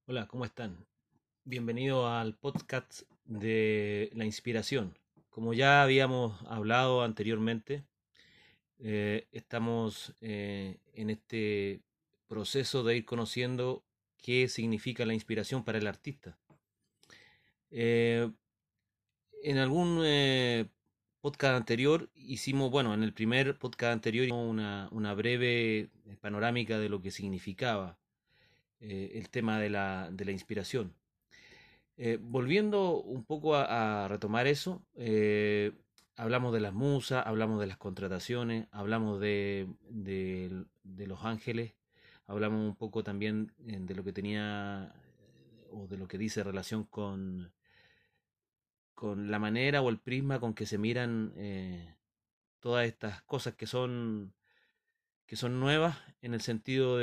Hola, ¿cómo están? Bienvenido al podcast de la inspiración. Como ya habíamos hablado anteriormente, estamos en este proceso de ir conociendo qué significa la inspiración para el artista. Eh, en algún podcast anterior hicimos, bueno, en el primer podcast anterior hicimos una breve panorámica de lo que significaba el tema de la inspiración. Volviendo un poco a retomar eso, hablamos de las musas, hablamos de las contrataciones, hablamos de los ángeles, hablamos un poco también de lo que tenía o de lo que dice relación con la manera o el prisma con que se miran todas estas cosas que son nuevas en el sentido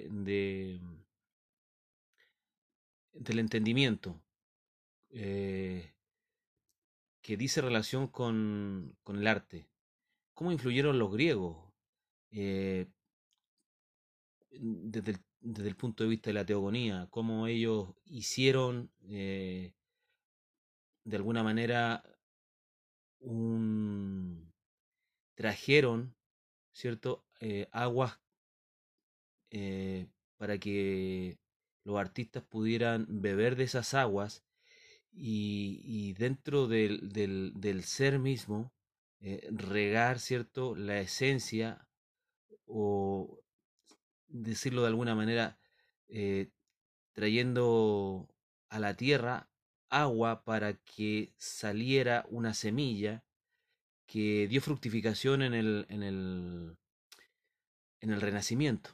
del entendimiento. Eh, que dice relación con el arte. ¿Cómo influyeron los griegos desde el punto de vista de la teogonía? ¿Cómo ellos hicieron de alguna manera un... trajeron, ¿cierto? Aguas para que los artistas pudieran beber de esas aguas y dentro del ser mismo regar, ¿cierto? La esencia o decirlo de alguna manera, eh, trayendo a la tierra agua para que saliera una semilla que dio fructificación en el Renacimiento.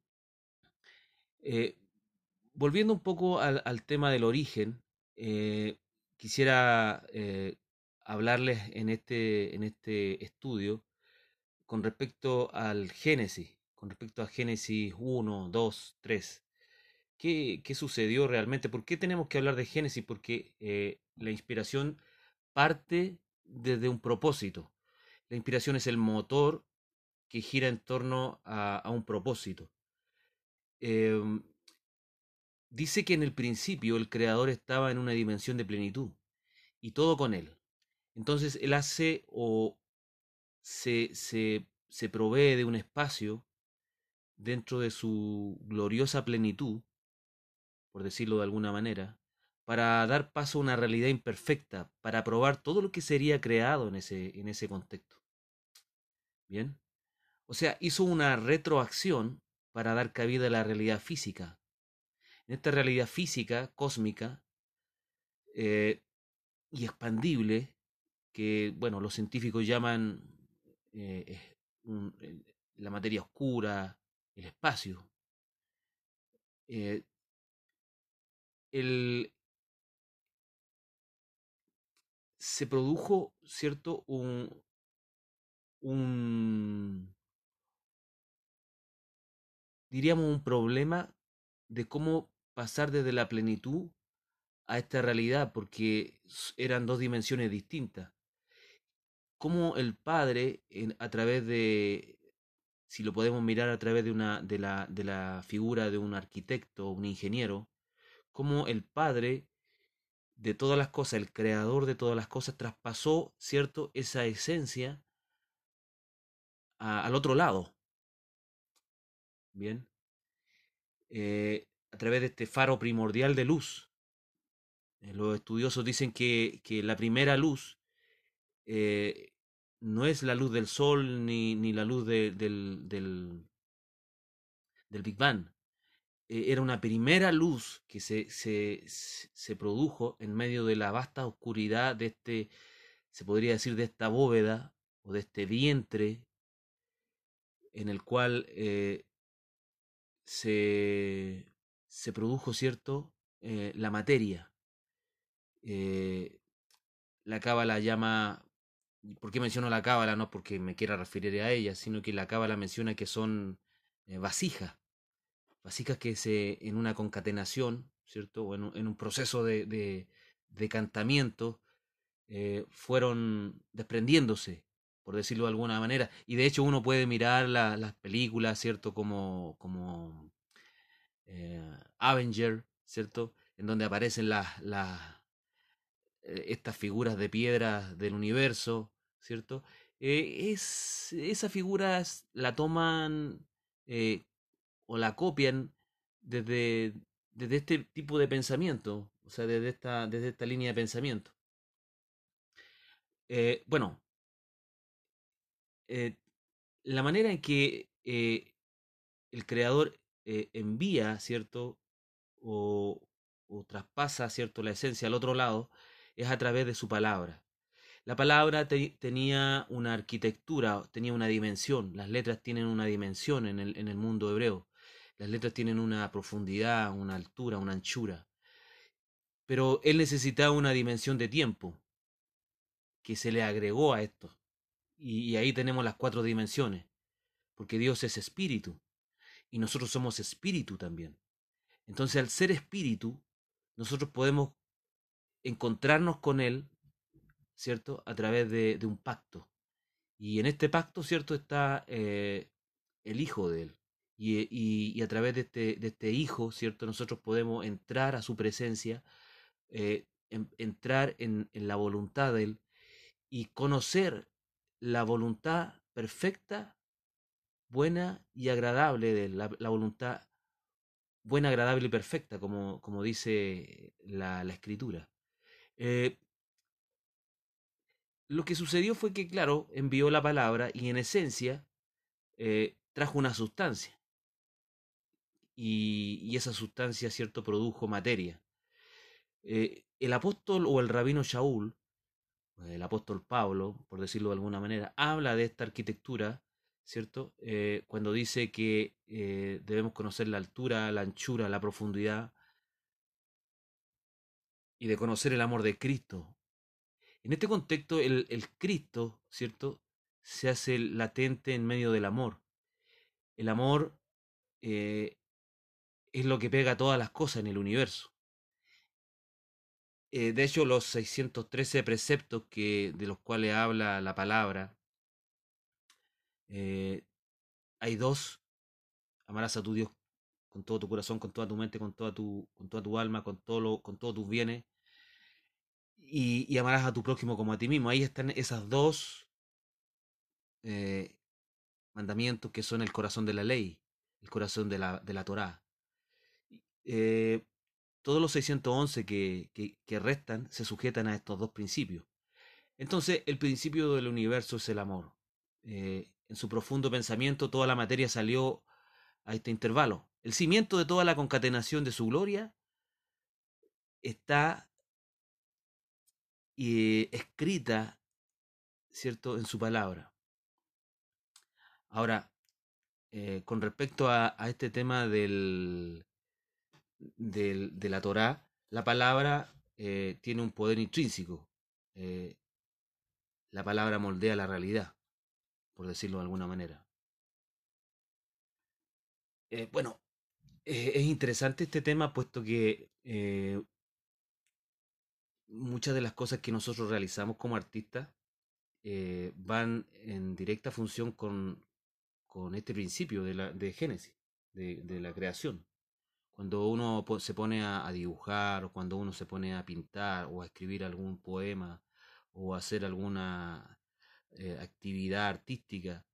Eh, Volviendo un poco al tema del origen, quisiera hablarles en este estudio con respecto al Génesis, con respecto a Génesis 1, 2, 3. ¿Qué sucedió realmente? ¿Por qué tenemos que hablar de Génesis? Porque la inspiración parte desde un propósito. La inspiración es el motor que gira en torno a un propósito. Em, Dice que en el principio el creador estaba en una dimensión de plenitud y todo con él. Entonces él hace o se provee de un espacio dentro de su gloriosa plenitud, por decirlo de alguna manera, para dar paso a una realidad imperfecta, para probar todo lo que sería creado en ese contexto. Bien. O sea, hizo una retroacción para dar cabida a la realidad física. En esta realidad física, cósmica eh, y expandible, que, bueno, los científicos llaman la materia oscura, el espacio, eh, el, se produjo, ¿cierto? Un, diríamos, un problema de cómo pasar desde la plenitud a esta realidad, porque eran dos dimensiones distintas. Cómo el Padre, a través de, si lo podemos mirar a través de la figura de un arquitecto o un ingeniero, cómo el Padre de todas las cosas, el creador de todas las cosas, traspasó, ¿cierto?, esa esencia al otro lado, ¿bien? A través de este faro primordial de luz. Los estudiosos dicen que la primera luz eh, no es la luz del sol ni la luz del Big Bang. Era una primera luz que se produjo en medio de la vasta oscuridad de se podría decir, de esta bóveda o de este vientre en el cual se, se produjo, ¿cierto? La materia. Eh, la cábala llama, ¿por qué menciono la cábala? No porque me quiera referir a ella, sino que la cábala menciona que son vasijas, vasijas que en una concatenación, ¿cierto? O en un proceso de decantamiento, fueron desprendiéndose, por decirlo de alguna manera. Y de hecho uno puede mirar las películas, ¿cierto? Como Avenger, ¿cierto? En donde aparecen estas figuras de piedra del universo, ¿cierto? Esas figuras la toman eh, o la copian desde, desde este tipo de pensamiento, o sea, desde esta línea de pensamiento. Bueno, eh, la manera en que el creador envía, ¿cierto? O, o traspasa, ¿cierto? La esencia al otro lado es a través de su palabra. La palabra tenía una arquitectura, tenía una dimensión. Las letras tienen una dimensión en el mundo hebreo. Las letras tienen una profundidad, una altura, una anchura. Pero él necesitaba una dimensión de tiempo que se le agregó a esto. Y ahí tenemos las cuatro dimensiones, porque Dios es espíritu y nosotros somos espíritu también. Entonces, al ser espíritu, nosotros podemos encontrarnos con Él, ¿cierto? A través de un pacto. Y en este pacto, ¿cierto? Está el Hijo de Él. Y a través de este Hijo, ¿cierto? Nosotros podemos entrar a su presencia, entrar en la voluntad de Él y conocer la voluntad perfecta, buena y agradable de Él, la voluntad buena, agradable y perfecta, como dice la Escritura. Eh, lo que sucedió fue que, claro, envió la palabra y en esencia trajo una sustancia. Y esa sustancia, ¿cierto?, produjo materia. El apóstol o el rabino Shaul, el apóstol Pablo, por decirlo de alguna manera, habla de esta arquitectura, ¿cierto? Cuando dice que debemos conocer la altura, la anchura, la profundidad y de conocer el amor de Cristo. En este contexto, el Cristo, ¿cierto?, se hace latente en medio del amor. El amor eh, es lo que pega todas las cosas en el universo. De hecho, los 613 preceptos de los cuales habla la palabra, eh, hay dos: amarás a tu Dios con todo tu corazón, con toda tu mente, con toda tu alma, con todos tus bienes, y amarás a tu prójimo como a ti mismo. Ahí están esas dos eh, mandamientos que son el corazón de la ley, el corazón de la Torá. Eh, todos los 611 que restan se sujetan a estos dos principios. Entonces, el principio del universo es el amor. En su profundo pensamiento, toda la materia salió a este intervalo. El cimiento de toda la concatenación de su gloria está escrita, ¿cierto?, en su palabra. Ahora, con respecto a este tema de la Torá, la palabra tiene un poder intrínseco. Eh, la palabra moldea la realidad, por decirlo de alguna manera. Bueno, es interesante este tema, puesto que muchas de las cosas que nosotros realizamos como artistas van en directa función con este principio de Génesis, de la creación. Cuando uno se pone a dibujar, o cuando uno se pone a pintar, o a escribir algún poema, o a hacer alguna actividad artística,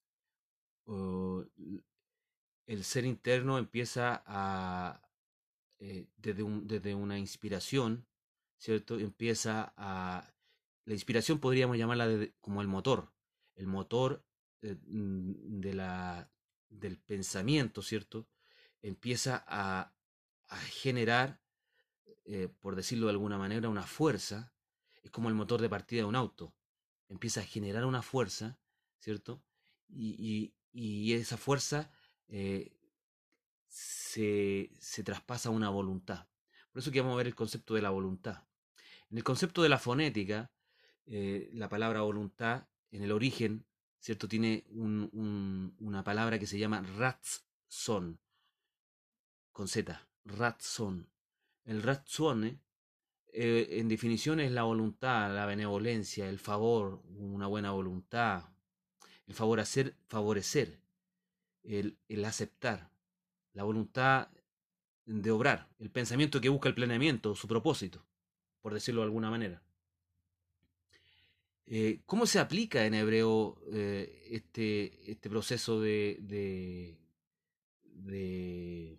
o el ser interno empieza desde una inspiración, ¿cierto? Empieza a... La inspiración podríamos llamarla como el motor del pensamiento, ¿cierto? Empieza a generar, por decirlo de alguna manera, una fuerza. Es como el motor de partida de un auto. Empieza a generar una fuerza, ¿cierto? Y esa fuerza eh, se traspasa a una voluntad. Por eso que vamos a ver el concepto de la voluntad. En el concepto de la fonética, la palabra voluntad, en el origen, ¿cierto? Tiene una palabra que se llama ratzon, con Z, ratzon. El ratzone, en definición, es la voluntad, la benevolencia, el favor, una buena voluntad, el favorecer, el aceptar. La voluntad de obrar, el pensamiento que busca el planeamiento, su propósito, por decirlo de alguna manera. ¿Cómo se aplica en hebreo este proceso de,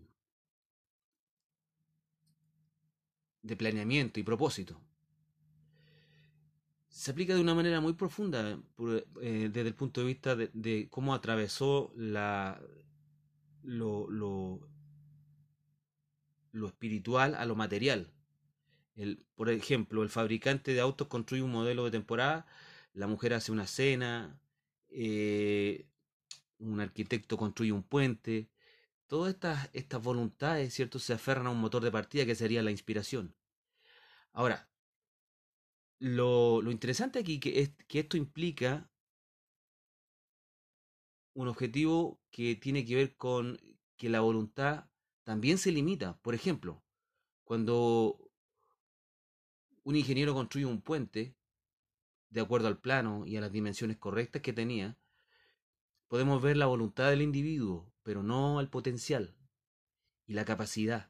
de planeamiento y propósito? Se aplica de una manera muy profunda desde el punto de vista de cómo atravesó lo, lo, lo espiritual a lo material. Por ejemplo, el fabricante de autos construye un modelo de temporada, la mujer hace una cena, eh, un arquitecto construye un puente. Todas estas voluntades, ¿cierto?, se aferran a un motor de partida que sería la inspiración. Ahora, lo interesante aquí es que esto implica un objetivo que tiene que ver con que la voluntad también se limita. Por ejemplo, cuando un ingeniero construye un puente, de acuerdo al plano y a las dimensiones correctas que tenía, podemos ver la voluntad del individuo, pero no el potencial y la capacidad.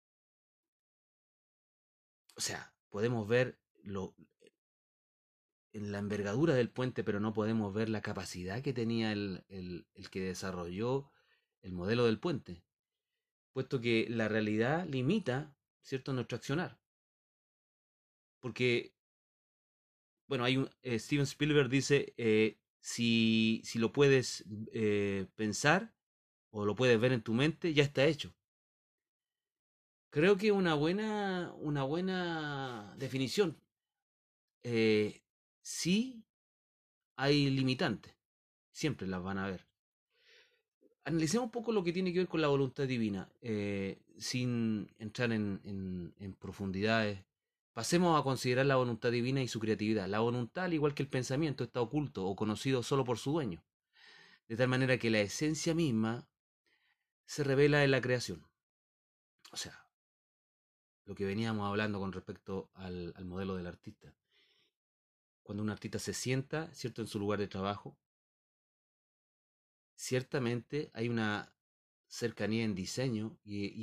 O sea, podemos ver en la envergadura del puente, pero no podemos ver la capacidad que tenía el que desarrolló el modelo del puente, puesto que la realidad limita, ¿cierto?, nuestro accionar. Porque, bueno, Steven Spielberg dice, si lo puedes pensar o lo puedes ver en tu mente, ya está hecho. Creo que una buena definición. Sí hay limitantes, siempre las van a haber. Analicemos un poco lo que tiene que ver con la voluntad divina, sin entrar en profundidades. Pasemos a considerar la voluntad divina y su creatividad. La voluntad, al igual que el pensamiento, está oculto o conocido solo por su dueño, de tal manera que la esencia misma se revela en la creación. O sea, lo que veníamos hablando con respecto al modelo del artista. Cuando un artista se sienta, ¿cierto?, en su lugar de trabajo, ciertamente hay una cercanía en diseño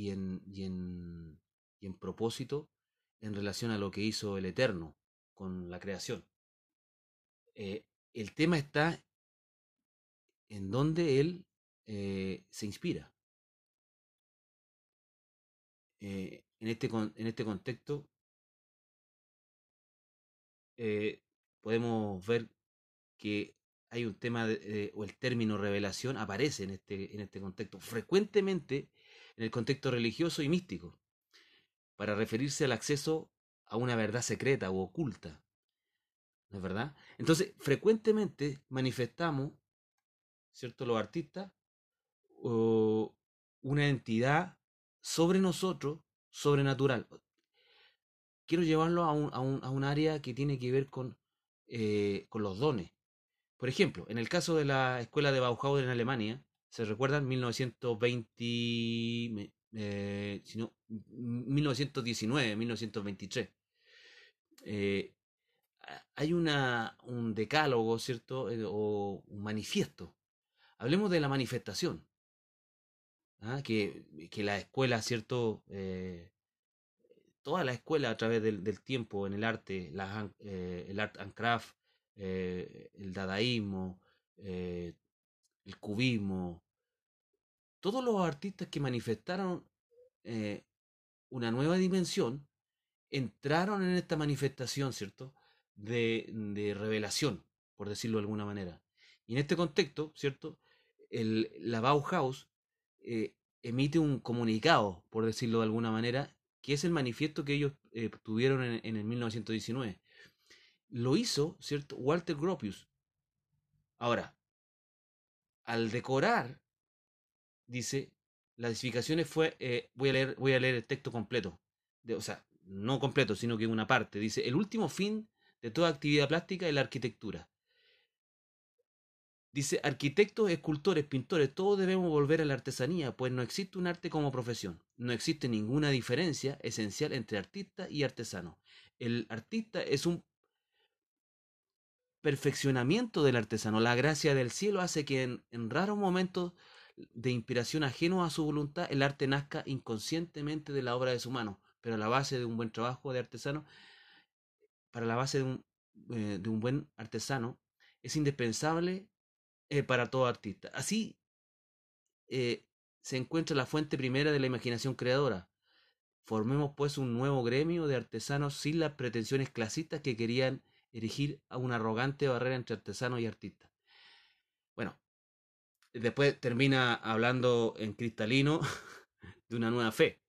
y en propósito en relación a lo que hizo el Eterno con la creación. El tema está en donde él se inspira. En este contexto eh, podemos ver que hay un tema o el término revelación aparece en este contexto frecuentemente en el contexto religioso y místico para referirse al acceso a una verdad secreta o oculta, ¿no es verdad? Entonces, frecuentemente manifestamos, ¿cierto?, los artistas, o una entidad sobre nosotros, sobrenatural. Quiero llevarlo a un área que tiene que ver con los dones. Por ejemplo, en el caso de la escuela de Bauhaus en Alemania, ¿se recuerdan? 1920, si no, 1919, 1923. Eh, Hay un decálogo, ¿cierto? O un manifiesto. Hablemos de la manifestación. ¿Ah? Que la escuela, ¿cierto? Toda la escuela a través del tiempo en el arte, el art and craft, el dadaísmo, eh, el cubismo, todos los artistas que manifestaron eh, una nueva dimensión entraron en esta manifestación, ¿cierto? De revelación, por decirlo de alguna manera. Y en este contexto, ¿cierto? La Bauhaus emite un comunicado, por decirlo de alguna manera, que es el manifiesto que ellos tuvieron en el 1919. Lo hizo, ¿cierto?, Walter Gropius. Ahora, al decorar, dice, las edificaciones fue, voy a leer el texto completo, o sea, no completo, sino que una parte. Dice, el último fin de toda actividad plástica es la arquitectura. Dice, arquitectos, escultores, pintores, todos debemos volver a la artesanía, pues no existe un arte como profesión. No existe ninguna diferencia esencial entre artista y artesano. El artista es un perfeccionamiento del artesano. La gracia del cielo hace que en raros momentos de inspiración ajeno a su voluntad, el arte nazca inconscientemente de la obra de su mano, pero a la base de un buen trabajo de artesano, para la base de un buen artesano, es indispensable para todo artista. Así eh, se encuentra la fuente primera de la imaginación creadora. Formemos pues un nuevo gremio de artesanos sin las pretensiones clasistas que querían erigir a una arrogante barrera entre artesanos y artistas. Bueno, después termina hablando en cristalino de una nueva fe.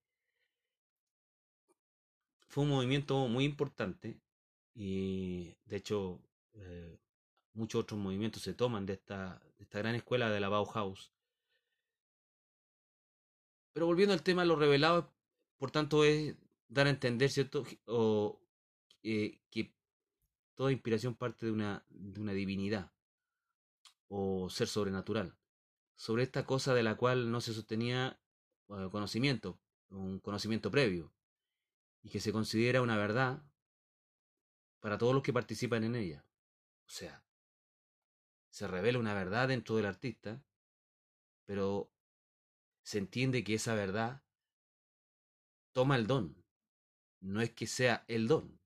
Fue un movimiento muy importante y de hecho muchos otros movimientos se toman de esta gran escuela de la Bauhaus. Pero volviendo al tema de los revelados, por tanto es dar a entender, ¿cierto? O, que toda inspiración parte de una divinidad o ser sobrenatural. Sobre esta cosa de la cual no se sostenía conocimiento, un conocimiento previo, y que se considera una verdad para todos los que participan en ella. O sea, se revela una verdad dentro del artista, pero se entiende que esa verdad toma el don, no es que sea el don.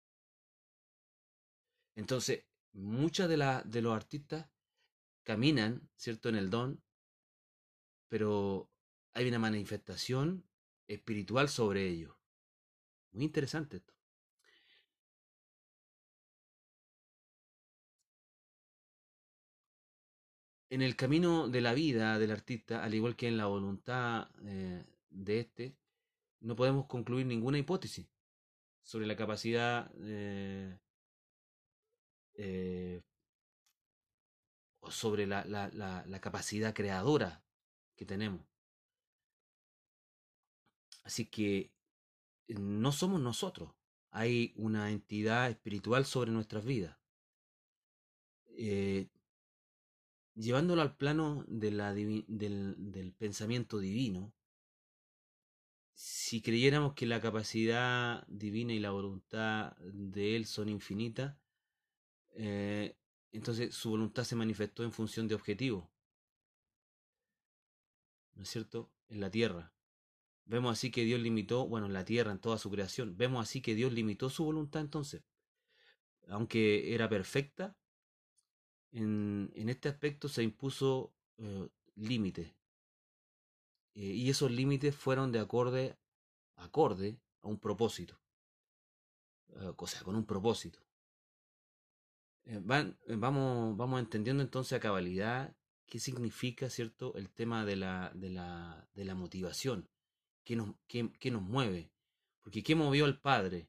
Entonces, muchas de los artistas caminan, ¿cierto?, en el don, pero hay una manifestación espiritual sobre ellos. Muy interesante esto. En el camino de la vida del artista, al igual que en la voluntad de este, no podemos concluir ninguna hipótesis sobre la capacidad eh, o sobre la capacidad creadora que tenemos. Así que no somos nosotros. Hay una entidad espiritual sobre nuestras vidas. Eh, Llevándolo al plano del pensamiento divino, si creyéramos que la capacidad divina y la voluntad de Él son infinitas, eh, entonces su voluntad se manifestó en función de objetivos, ¿no es cierto? En la tierra. Vemos así que Dios limitó, bueno, en la tierra, en toda su creación, vemos así que Dios limitó su voluntad entonces, aunque era perfecta, en este aspecto se impuso límites, y esos límites fueron acorde a un propósito, o sea, con un propósito. Vamos entendiendo entonces a cabalidad qué significa, ¿cierto?, el tema de la motivación, qué nos mueve. Porque ¿qué movió al padre?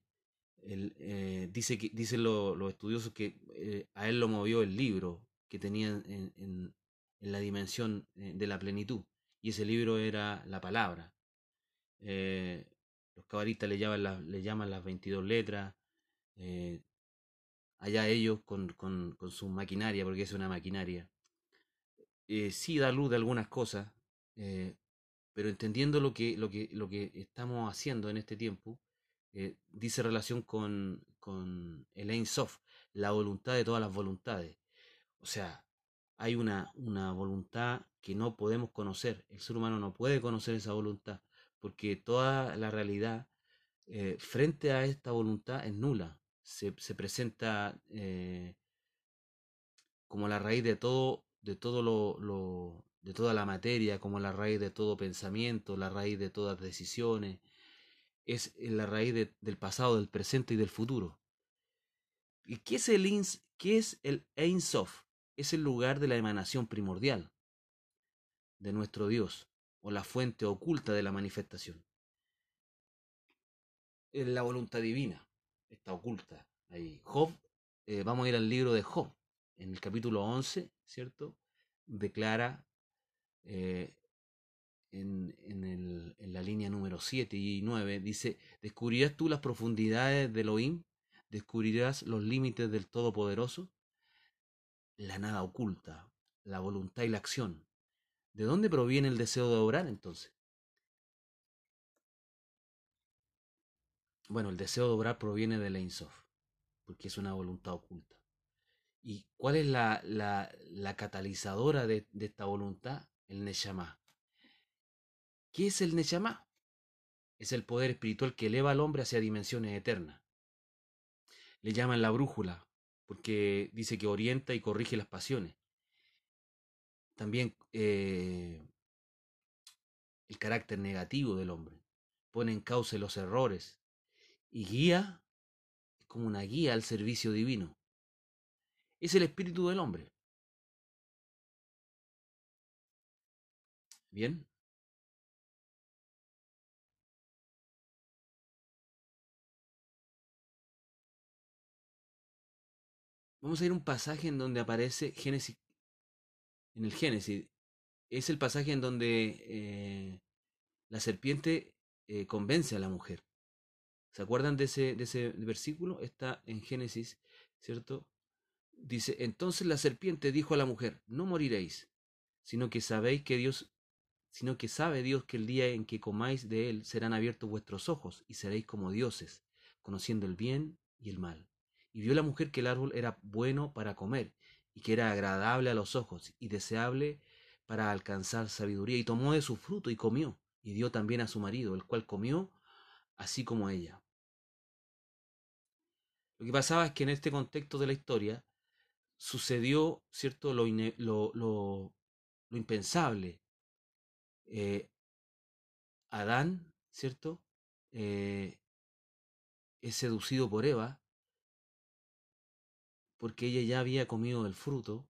Dicen los estudiosos que a él lo movió el libro que tenía en la dimensión de la plenitud. Y ese libro era la palabra. Eh, los cabalistas le llaman las 22 letras. eh, Allá ellos con su maquinaria, porque es una maquinaria. Sí da luz de algunas cosas, eh, pero entendiendo lo que estamos haciendo en este tiempo, dice relación con el Ein Sof, la voluntad de todas las voluntades. O sea, hay una voluntad que no podemos conocer. El ser humano no puede conocer esa voluntad, porque toda la realidad frente a esta voluntad es nula. Se presenta como la raíz de todo de toda la materia, como la raíz de todo pensamiento, la raíz de todas decisiones, es la raíz del pasado, del presente y del futuro. ¿Y qué es el Ein Sof? Es el lugar de la emanación primordial de nuestro Dios, o la fuente oculta de la manifestación. Es la voluntad divina, está oculta ahí. Vamos a ir al libro de Job, en el capítulo 11, ¿cierto? Declara eh, en la línea número 7 y 9, dice, ¿descubrirás tú las profundidades del Elohim? ¿Descubrirás los límites del Todopoderoso? La nada oculta, la voluntad y la acción. ¿De dónde proviene el deseo de obrar entonces? Bueno, el deseo de obrar proviene del Ein Sof, porque es una voluntad oculta. ¿Y cuál es la catalizadora de esta voluntad? el Neshama. ¿Qué es el Neshama? Es el poder espiritual que eleva al hombre hacia dimensiones eternas. Le llaman la brújula, porque dice que orienta y corrige las pasiones. También el carácter negativo del hombre. Pone en causa los errores y guía, es como una guía al servicio divino. Es el espíritu del hombre. Bien, vamos a ir a un pasaje en donde aparece Génesis, en el Génesis. Es el pasaje en donde la serpiente convence a la mujer. ¿Se acuerdan de ese versículo? Está en Génesis, ¿cierto? Dice, entonces la serpiente dijo a la mujer, no moriréis, sino que sabéis que Dios, sino que sabe Dios que el día en que comáis de él serán abiertos vuestros ojos y seréis como dioses, conociendo el bien y el mal. Y vio la mujer que el árbol era bueno para comer y que era agradable a los ojos y deseable para alcanzar sabiduría, y tomó de su fruto y comió, y dio también a su marido, el cual comió así como ella. Lo que pasaba es que en este contexto de la historia sucedió, ¿cierto?, lo impensable. Eh, Adán, ¿cierto?, eh, es seducido por Eva porque ella ya había comido del fruto.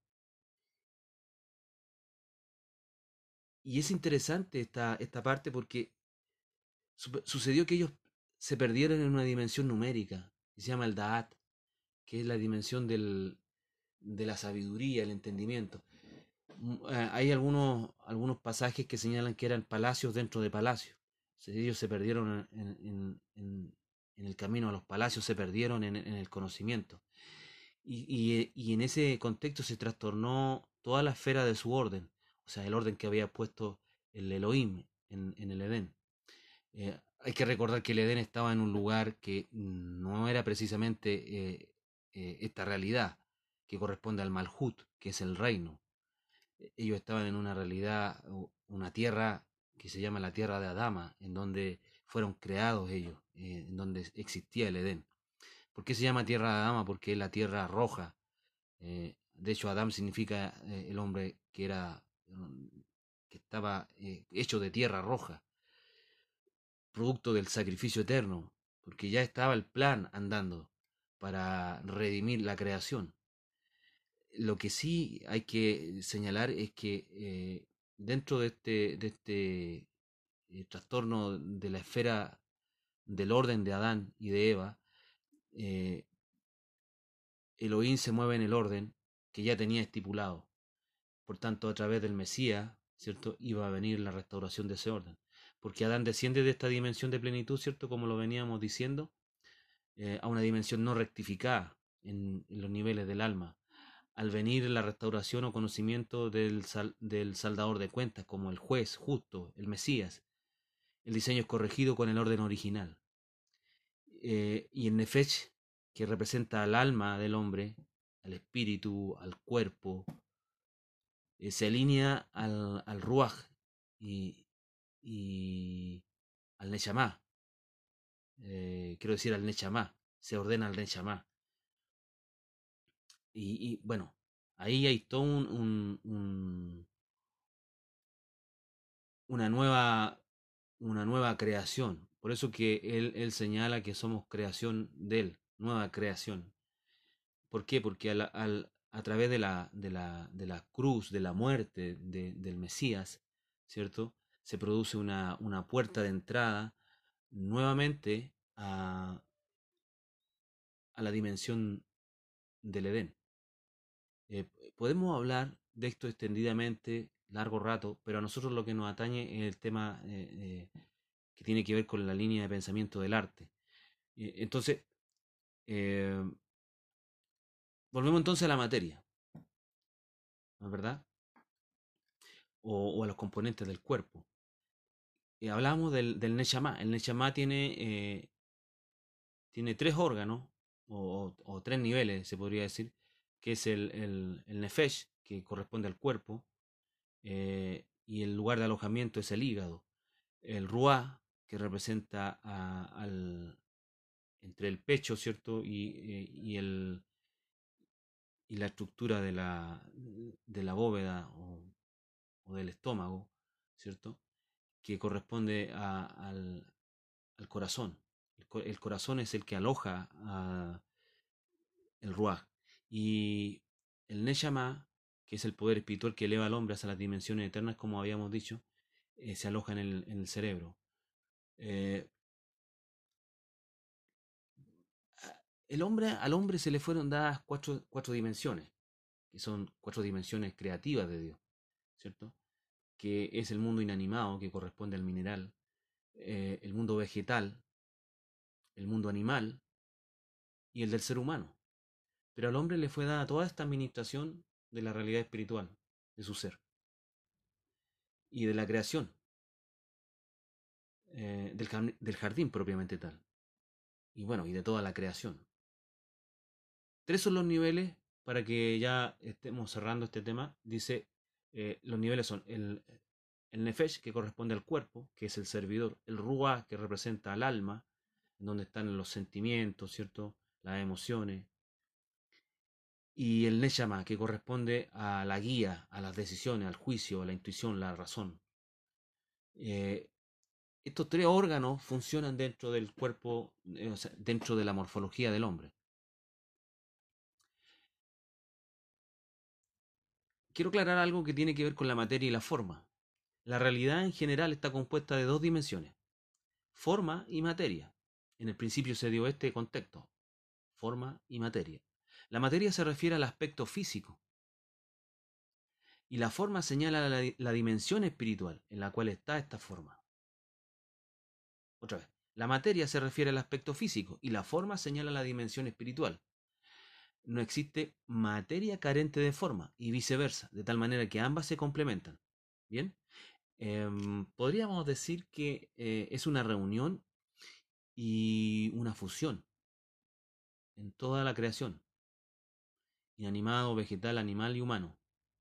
Y es interesante esta parte porque sucedió que ellos se perdieron en una dimensión numérica, que se llama el Da'at, que es la dimensión de la sabiduría, el entendimiento. Hay algunos pasajes que señalan que eran palacios dentro de palacios. O sea, ellos se perdieron en el camino a los palacios, se perdieron en el conocimiento. Y en ese contexto se trastornó toda la esfera de su orden, o sea, el orden que había puesto el Elohim en el Edén. Hay que recordar que el Edén estaba en un lugar que no era precisamente esta realidad, que corresponde al Malhut, que es el reino. Ellos estaban en una realidad, una tierra que se llama la tierra de Adama, en donde fueron creados ellos, en donde existía el Edén. ¿Por qué se llama tierra de Adama? Porque es la tierra roja. De hecho, Adam significa el hombre que era, que estaba hecho de tierra roja, producto del sacrificio eterno, porque ya estaba el plan andando para redimir la creación. Lo que sí hay que señalar es que dentro de este trastorno de la esfera del orden de Adán y de Eva, eh, Elohim se mueve en el orden que ya tenía estipulado. Por tanto, a través del Mesías, ¿cierto?, iba a venir la restauración de ese orden. Porque Adán desciende de esta dimensión de plenitud, ¿cierto?, como lo veníamos diciendo, a una dimensión no rectificada en los niveles del alma. Al venir la restauración o conocimiento del saldador de cuentas, como el juez justo, el Mesías, el diseño es corregido con el orden original. Y el Nefesh, que representa al alma del hombre, al espíritu, al cuerpo, se alinea al Ruach y, y al Neshama, quiero decir al Neshama, se ordena al Neshama. Y bueno, ahí hay todo una nueva, una nueva creación. Por eso que él señala que somos creación de él, nueva creación. ¿Por qué? Porque a través de la cruz, de la muerte del Mesías, ¿cierto? Se produce una puerta de entrada nuevamente a la dimensión del Edén. Podemos hablar de esto extendidamente, largo rato, pero a nosotros lo que nos atañe es el tema que tiene que ver con la línea de pensamiento del arte. Entonces, eh, volvemos entonces a la materia, ¿no es verdad? O a los componentes del cuerpo. Hablamos del Neshama. El Neshama tiene tres órganos, o tres niveles, se podría decir, que es el Nefesh, que corresponde al cuerpo, y el lugar de alojamiento es el hígado. El ruá, que representa entre el pecho, ¿cierto? Y la estructura de la bóveda o del estómago, ¿cierto? Que corresponde al corazón. El corazón es el que aloja el ruaj. Y el Neshama, que es el poder espiritual que eleva al hombre hacia las dimensiones eternas, como habíamos dicho, se aloja en el cerebro. Eh, al hombre se le fueron dadas cuatro dimensiones, que son cuatro dimensiones creativas de Dios, ¿cierto? Que es el mundo inanimado, que corresponde al mineral, el mundo vegetal, el mundo animal y el del ser humano. Pero al hombre le fue dada toda esta administración de la realidad espiritual, de su ser, y de la creación, del jardín propiamente tal, y bueno, y de toda la creación. Tres son los niveles para que ya estemos cerrando este tema. Dice, los niveles son el Nefesh, que corresponde al cuerpo, que es el servidor, el Ruach, que representa al alma, en donde están los sentimientos, ¿cierto? Las emociones, y el Neshama, que corresponde a la guía, a las decisiones, al juicio, a la intuición, la razón. Eh, Estos tres órganos funcionan dentro del cuerpo, o sea, dentro de la morfología del hombre. Quiero aclarar algo que tiene que ver con la materia y la forma. La realidad en general está compuesta de dos dimensiones, forma y materia. En el principio se dio este contexto, forma y materia. La materia se refiere al aspecto físico y la forma señala la dimensión espiritual en la cual está esta forma. Otra vez, la materia se refiere al aspecto físico y la forma señala la dimensión espiritual. No existe materia carente de forma y viceversa, de tal manera que ambas se complementan. Bien, podríamos decir que es una reunión y una fusión en toda la creación, inanimado, vegetal, animal y humano.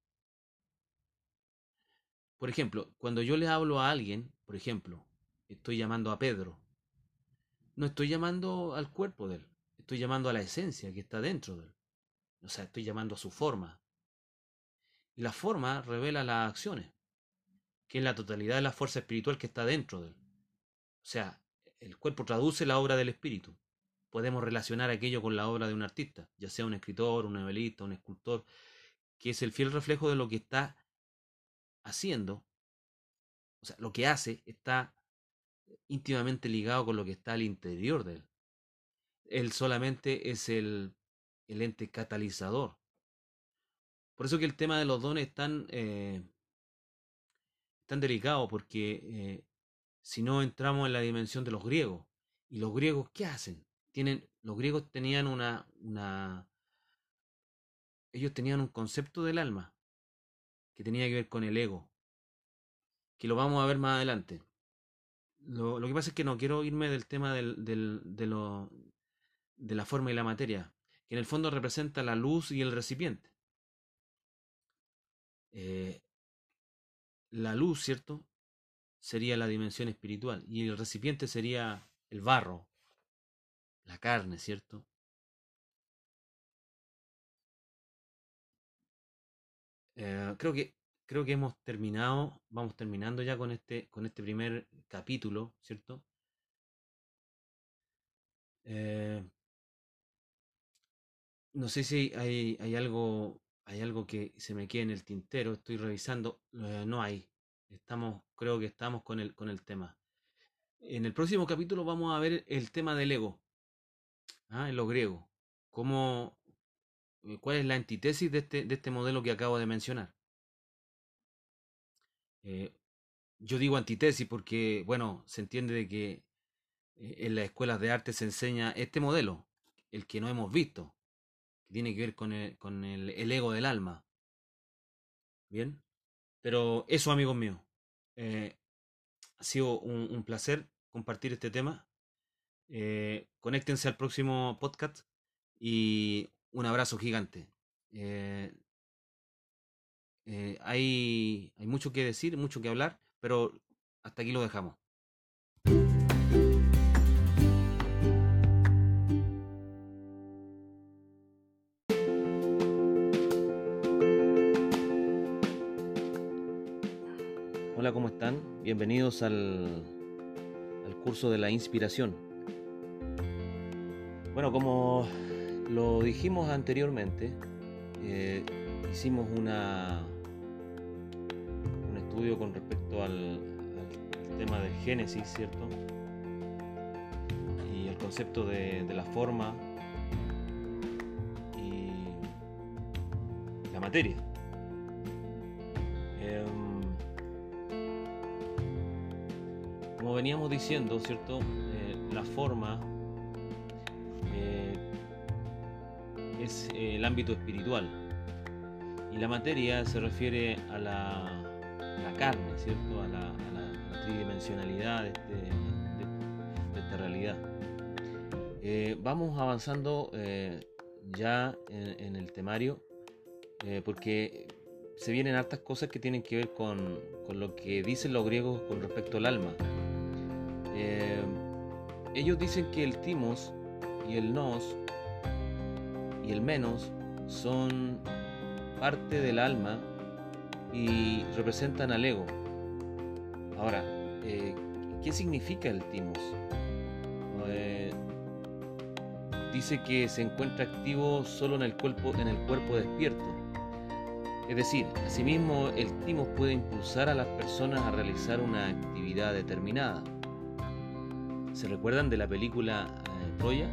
Por ejemplo, cuando yo le hablo a alguien, por ejemplo, estoy llamando a Pedro, no estoy llamando al cuerpo de él, estoy llamando a la esencia que está dentro de él. O sea, estoy llamando a su forma. Y la forma revela las acciones, que es la totalidad de la fuerza espiritual que está dentro de él. O sea, el cuerpo traduce la obra del espíritu. Podemos relacionar aquello con la obra de un artista, ya sea un escritor, un novelista, un escultor, que es el fiel reflejo de lo que está haciendo. O sea, lo que hace está íntimamente ligado con lo que está al interior de él. Él solamente es el ente catalizador. Por eso que el tema de los dones es tan delicado, porque si no entramos en la dimensión de los griegos. ¿Y los griegos qué hacen? Los griegos tenían ellos tenían un concepto del alma que tenía que ver con el ego, que lo vamos a ver más adelante. Lo que pasa es que no quiero irme del tema de la forma y la materia, que en el fondo representa la luz y el recipiente. Eh, la luz, ¿cierto? Sería la dimensión espiritual y el recipiente sería el barro, la carne, ¿cierto? Creo que hemos terminado, vamos terminando ya con este primer capítulo, ¿cierto? Eh, no sé si hay algo que se me quede en el tintero, estoy revisando, no hay. Creo que estamos con el tema. En el próximo capítulo vamos a ver el tema del ego, en lo griego. Cómo, ¿Cuál es la antítesis de este modelo que acabo de mencionar? Eh, yo digo antítesis porque, bueno, se entiende de que en las escuelas de arte se enseña este modelo, el que no hemos visto, que tiene que ver con el ego del alma. Bien, pero eso, amigos míos, eh, ha sido un placer compartir este tema. Conéctense al próximo podcast y un abrazo gigante. Eh, Hay mucho que decir, mucho que hablar, pero hasta aquí lo dejamos. Hola, ¿cómo están? Bienvenidos al curso de la inspiración. Bueno, como lo dijimos anteriormente, hicimos un estudio con respecto al tema del Génesis, ¿cierto? Y el concepto de la forma y la materia. Como veníamos diciendo, ¿cierto? La forma es el ámbito espiritual y la materia se refiere a la carne, ¿cierto? A la tridimensionalidad de esta realidad. Vamos avanzando ya en el temario porque se vienen hartas cosas que tienen que ver con lo que dicen los griegos con respecto al alma. Ellos dicen que el timos y el nos y el menos son parte del alma y representan al ego. Ahora, ¿qué significa el timos? Dice que se encuentra activo solo en el cuerpo despierto. Es decir, asimismo el timos puede impulsar a las personas a realizar una actividad determinada. ¿Se recuerdan de la película Troya?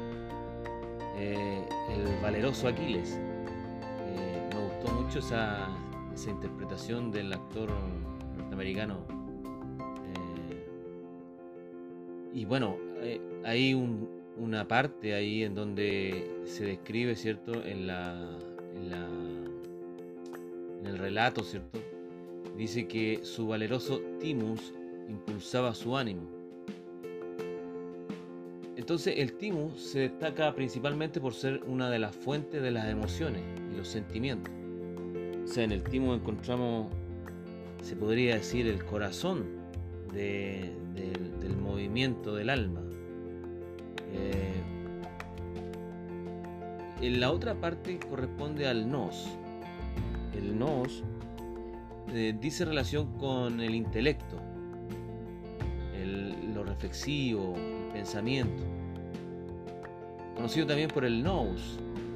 El valeroso Aquiles. Me gustó mucho esa interpretación del actor norteamericano. Y bueno, hay una parte ahí en donde se describe, ¿cierto? En el relato, ¿cierto? Dice que su valeroso timus impulsaba su ánimo. Entonces el timus se destaca principalmente por ser una de las fuentes de las emociones y los sentimientos. O sea, en el timus encontramos, se podría decir, el corazón del movimiento del alma. En la otra parte corresponde al nos. El nos dice relación con el intelecto, lo reflexivo, el pensamiento, conocido también por el nous.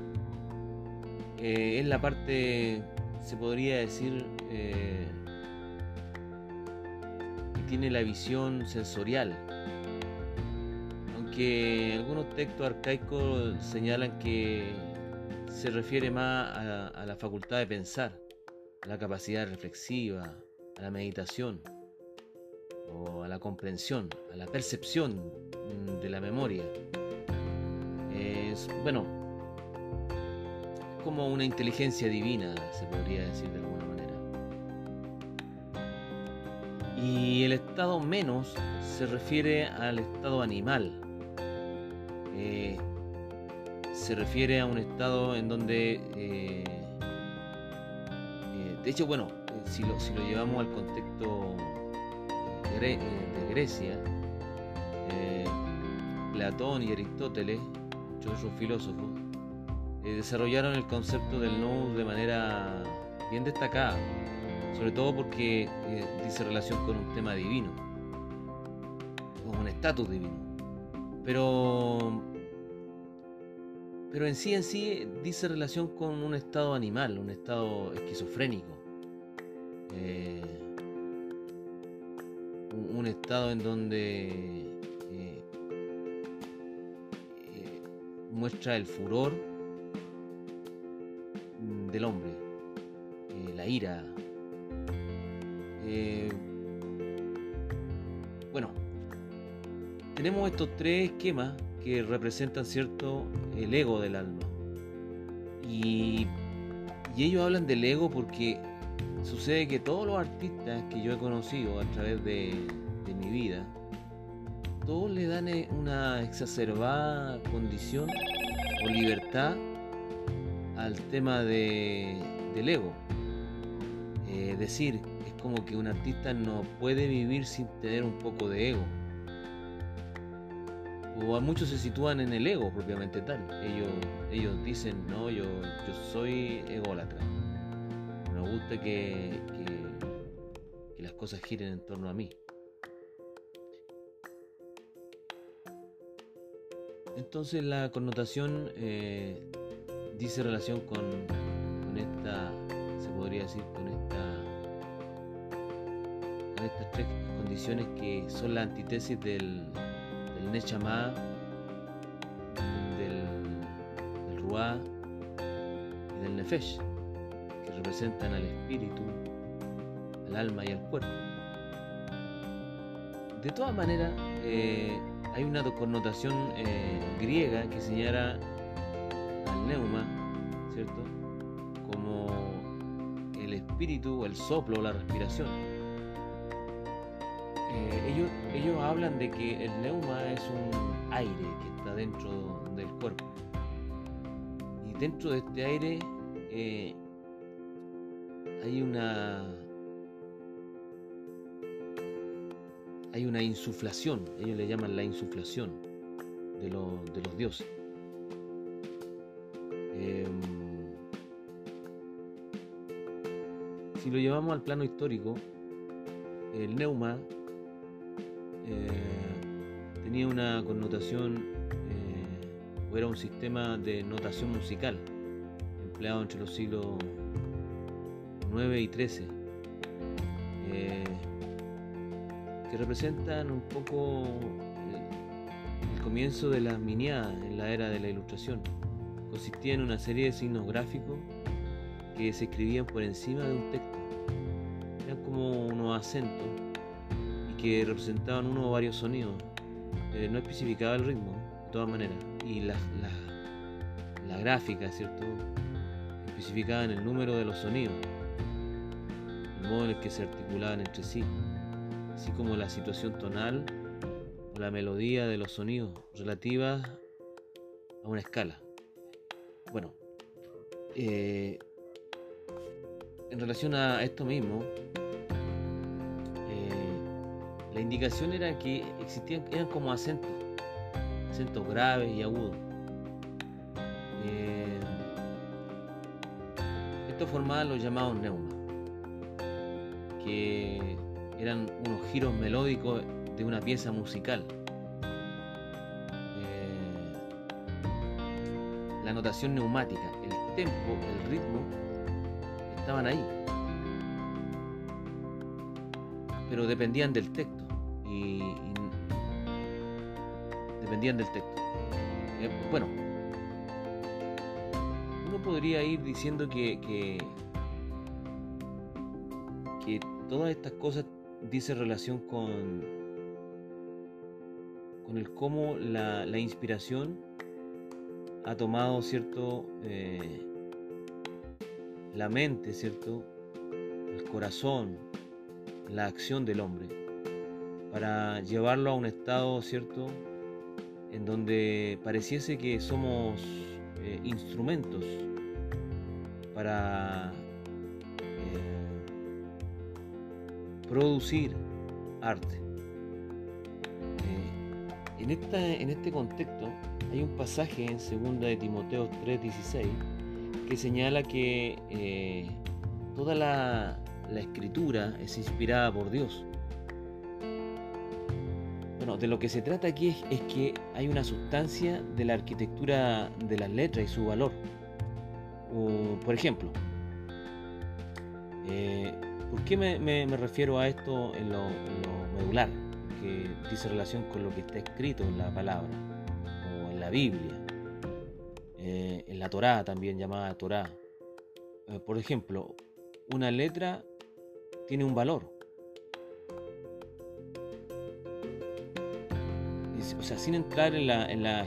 Es la parte, se podría decir, que tiene la visión sensorial, aunque algunos textos arcaicos señalan que se refiere más a la facultad de pensar, a la capacidad reflexiva, a la meditación o a la comprensión, a la percepción de la memoria. Es, bueno, como una inteligencia divina, se podría decir de alguna manera. Y el estado menos se refiere al estado animal. Se refiere a un estado en donde, de hecho, bueno, si lo llevamos al contexto de Grecia, Platón y Aristóteles, muchos otros filósofos, desarrollaron el concepto del nous de manera bien destacada, sobre todo porque dice relación con un tema divino, con un estatus divino. Pero en sí dice relación con un estado animal, un estado esquizofrénico, un estado en donde muestra el furor del hombre, la ira. Bueno, tenemos estos tres esquemas que representan, ¿cierto?, el ego del alma. Y ellos hablan del ego porque sucede que todos los artistas que yo he conocido a través de mi vida, todos le dan una exacerbada condición o libertad al tema del ego. decir. Es como que un artista no puede vivir sin tener un poco de ego. O a muchos se sitúan en el ego propiamente tal. Ellos dicen, no, yo soy ególatra. Me gusta que las cosas giren en torno a mí. Entonces la connotación dice relación con esta, se podría decir, con estas tres condiciones que son la antítesis del Neshama, del Ruah y del Nefesh, que representan al espíritu, al alma y al cuerpo. De todas maneras, hay una connotación griega que señala al neuma, ¿cierto?, como el espíritu o el soplo o la respiración. Ellos hablan de que el neuma es un aire que está dentro del cuerpo, y dentro de este aire hay una insuflación. Ellos le llaman la insuflación de los dioses. Si lo llevamos al plano histórico, el neuma tenía una connotación o era un sistema de notación musical empleado entre los siglos 9 y 13, que representan un poco el comienzo de las miniadas en la era de la Ilustración. Consistía en una serie de signos gráficos que se escribían por encima de un texto. Eran como unos acentos y que representaban uno o varios sonidos. No especificaba el ritmo, de todas maneras. Y la gráfica, ¿cierto?, especificaban el número de los sonidos, el modo en el que se articulaban entre sí, así como la situación tonal o la melodía de los sonidos relativas a una escala. Bueno, en relación a esto mismo, la indicación era que eran como acentos graves y agudos. Esto formaba los llamados neumas, que eran unos giros melódicos de una pieza musical. La notación neumática, el tempo, el ritmo, estaban ahí, pero dependían del texto y dependían del texto. Bueno, uno podría ir diciendo que todas estas cosas dicen relación con el cómo la inspiración ha tomado, ¿cierto?, la mente, ¿cierto?, el corazón, la acción del hombre, para llevarlo a un estado, ¿cierto?, en donde pareciese que somos instrumentos para producir arte. En este contexto hay un pasaje en 2 de Timoteo 3:16 que señala que toda la escritura es inspirada por Dios. Bueno, de lo que se trata aquí es que hay una sustancia de la arquitectura de las letras y su valor. Por ejemplo, ¿por qué me refiero a esto en lo medular? Que dice relación con lo que está escrito en la palabra, o en la Biblia, en la Torá, también llamada Torá. Por ejemplo, una letra tiene un valor. O sea, sin entrar en la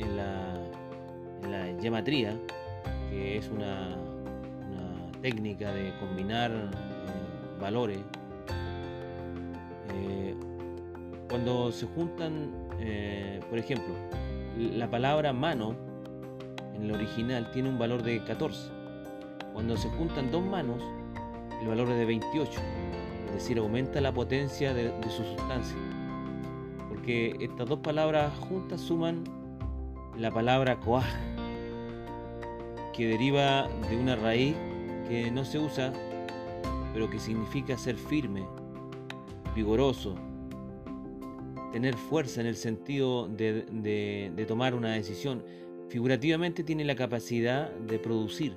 geometría, que es una técnica de combinar valores. Cuando se juntan, por ejemplo, la palabra mano en el original tiene un valor de 14. Cuando se juntan dos manos, el valor es de 28, es decir, aumenta la potencia de su sustancia, porque estas dos palabras juntas suman la palabra coaj, que deriva de una raíz que no se usa, pero que significa ser firme, vigoroso, tener fuerza en el sentido de tomar una decisión. Figurativamente tiene la capacidad de producir,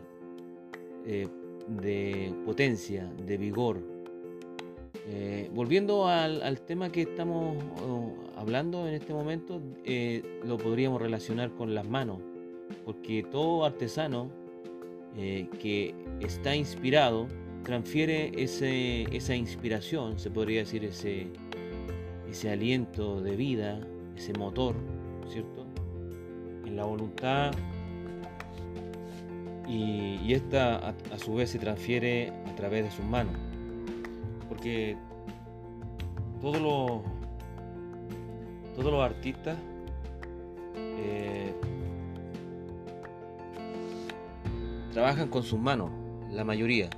de potencia, de vigor. Volviendo al tema que estamos hablando en este momento, lo podríamos relacionar con las manos, porque todo artesano que está inspirado transfiere esa inspiración, se podría decir, ese aliento de vida, ese motor, ¿cierto?, en la voluntad, y esta a su vez se transfiere a través de sus manos, porque todos los artistas trabajan con sus manos, la mayoría.